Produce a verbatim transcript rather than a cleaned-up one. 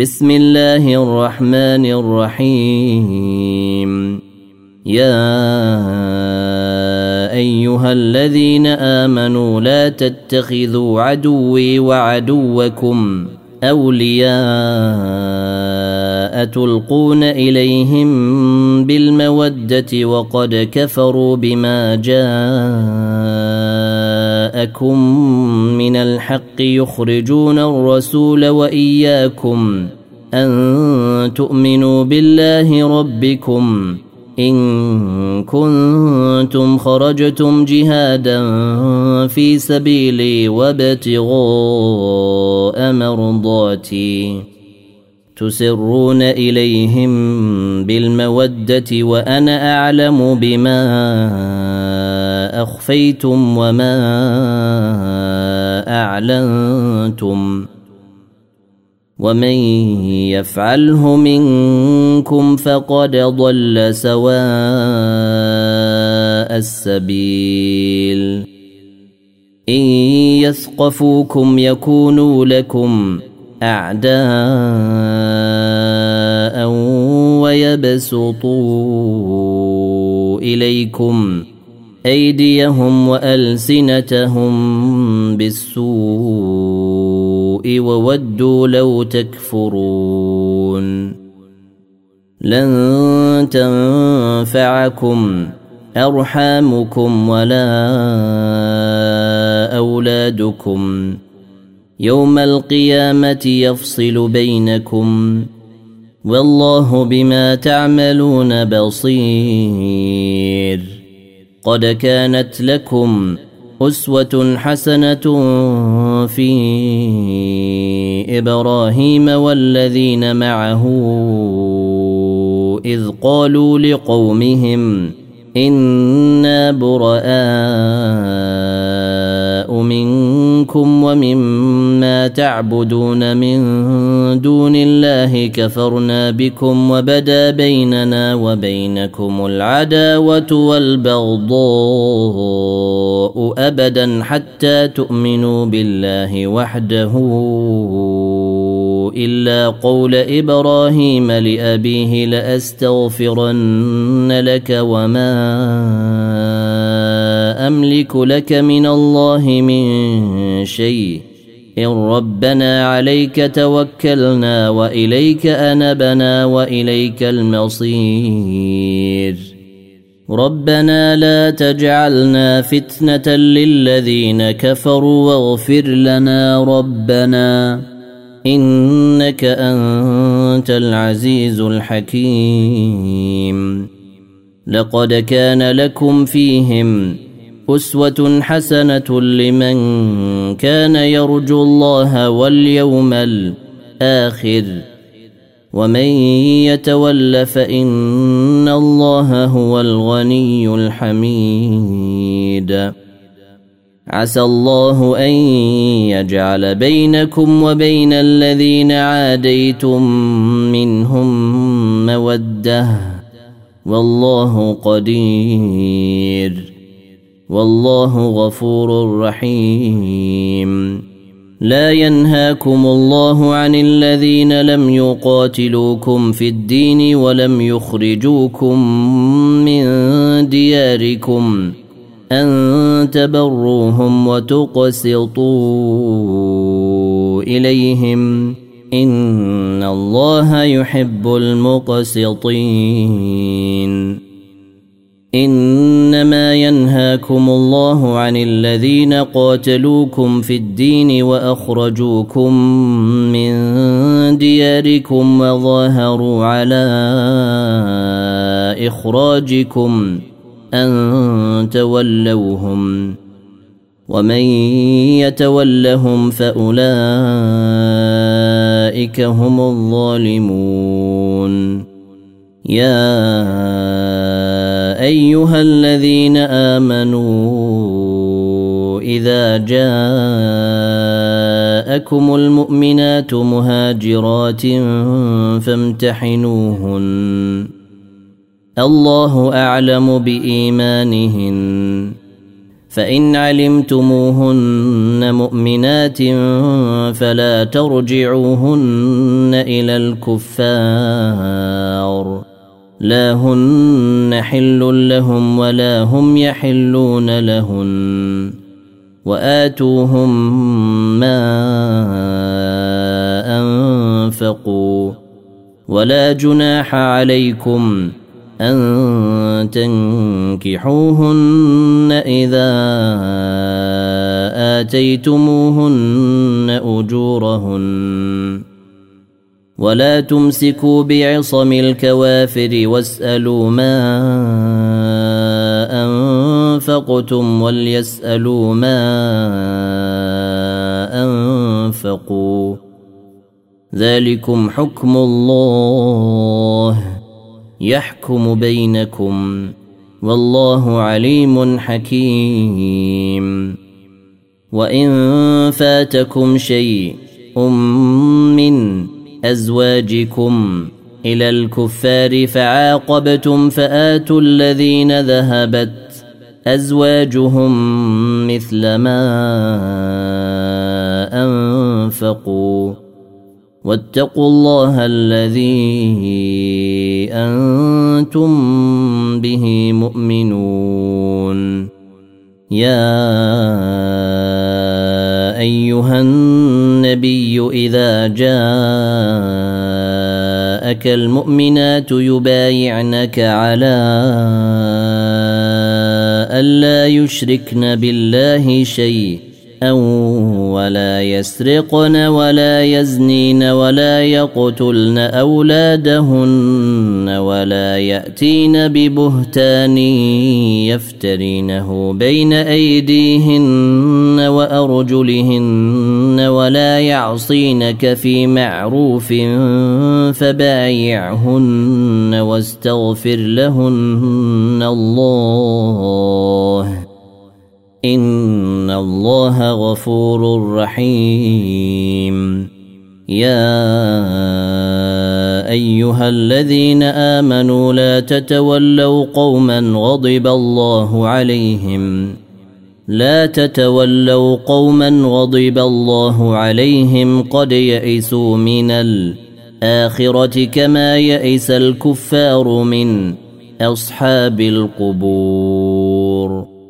بسم الله الرحمن الرحيم. يا أيها الذين آمنوا لا تتخذوا عدوي وعدوكم أولياء تلقون إليهم بالمودة وقد كفروا بما جاءكم من الحق يخرجون الرسول وإياكم أن تؤمنوا بالله ربكم إن كنتم خرجتم جهادا في سبيلي وابتغاء مرضاتي تسرون إليهم بالمودة وأنا أعلم بما أخفيتم وما أعلنتم ومن يفعله منكم فقد ضل سواء السبيل. إن يثقفوكم يكونوا لكم أعداء ويبسطوا إليكم أيديهم وألسنتهم بالسوء وودوا لو تكفرون. لن تنفعكم أرحامكم ولا أولادكم يوم القيامة يفصل بينكم والله بما تعملون بصير. قد كانت لكم أسوة حسنة في إبراهيم والذين معه إذ قالوا لقومهم إنا براء منكم ومما تعبدون من دون الله كفرنا بكم وبدا بيننا وبينكم العداوة والبغضاء أبدا حتى تؤمنوا بالله وحده إلا قول إبراهيم لأبيه لأستغفرن لك وما أملك لك من الله من شيء إن ربنا عليك توكلنا وإليك أنبنا وإليك المصير. ربنا لا تجعلنا فتنة للذين كفروا واغفر لنا ربنا إنك أنت العزيز الحكيم. لقد كان لكم فيهم أسوة حسنة لمن كان يرجو الله واليوم الآخر ومن يتول فإن الله هو الغني الحميد. عسى الله أن يجعل بينكم وبين الذين عاديتم منهم مودة والله قدير والله غفور رحيم. لا ينهاكم الله عن الذين لم يقاتلوكم في الدين ولم يخرجوكم من دياركم أن تبروهم وتقسطوا إليهم إن الله يحب المقسطين. إنما ينهاكم الله عن الذين قاتلوكم في الدين وأخرجوكم من دياركم وظاهروا على إخراجكم أن تولوهم ومن يتولهم فأولئك هم الظالمون. يا أيها الذين آمنوا إذا جاءكم المؤمنات مهاجرات فامتحنوهن الله أعلم بإيمانهن فإن علمتموهن مؤمنات فلا ترجعوهن إلى الكفار لا هن حل لهم ولا هم يحلون لهن وآتوهم ما أنفقوا ولا جناح عليكم أن تنكحوهن إذا آتيتموهن أجورهن ولا تمسكوا بعصم الكوافر واسألوا ما أنفقتم وليسألوا ما أنفقوا ذلكم حكم الله يحكم بينكم والله عليم حكيم. وإن فاتكم شيء من أزواجكم إلى الكفار فعاقبتم فآتوا الذين ذهبت أزواجهم مثل ما أنفقوا واتقوا الله الذي أنتم به مؤمنون. يا أيها النبي إذا جاءك المؤمنات يبايعنك على ألا يشركن بالله شيئا ولا يسرقن ولا يزنين ولا يقتلن أولادهن ولا يأتين ببهتان يفترينه بين أيديهن وأرجلهن ولا يعصينك في معروف فبايعهن واستغفر لهن الله إن الله غفور رحيم. يا أيها الذين آمنوا لا تتولوا قوما غضب الله عليهم لا تتولوا قوما غضب الله عليهم قد يئسوا من الآخرة كما يئس الكفار من أصحاب القبور.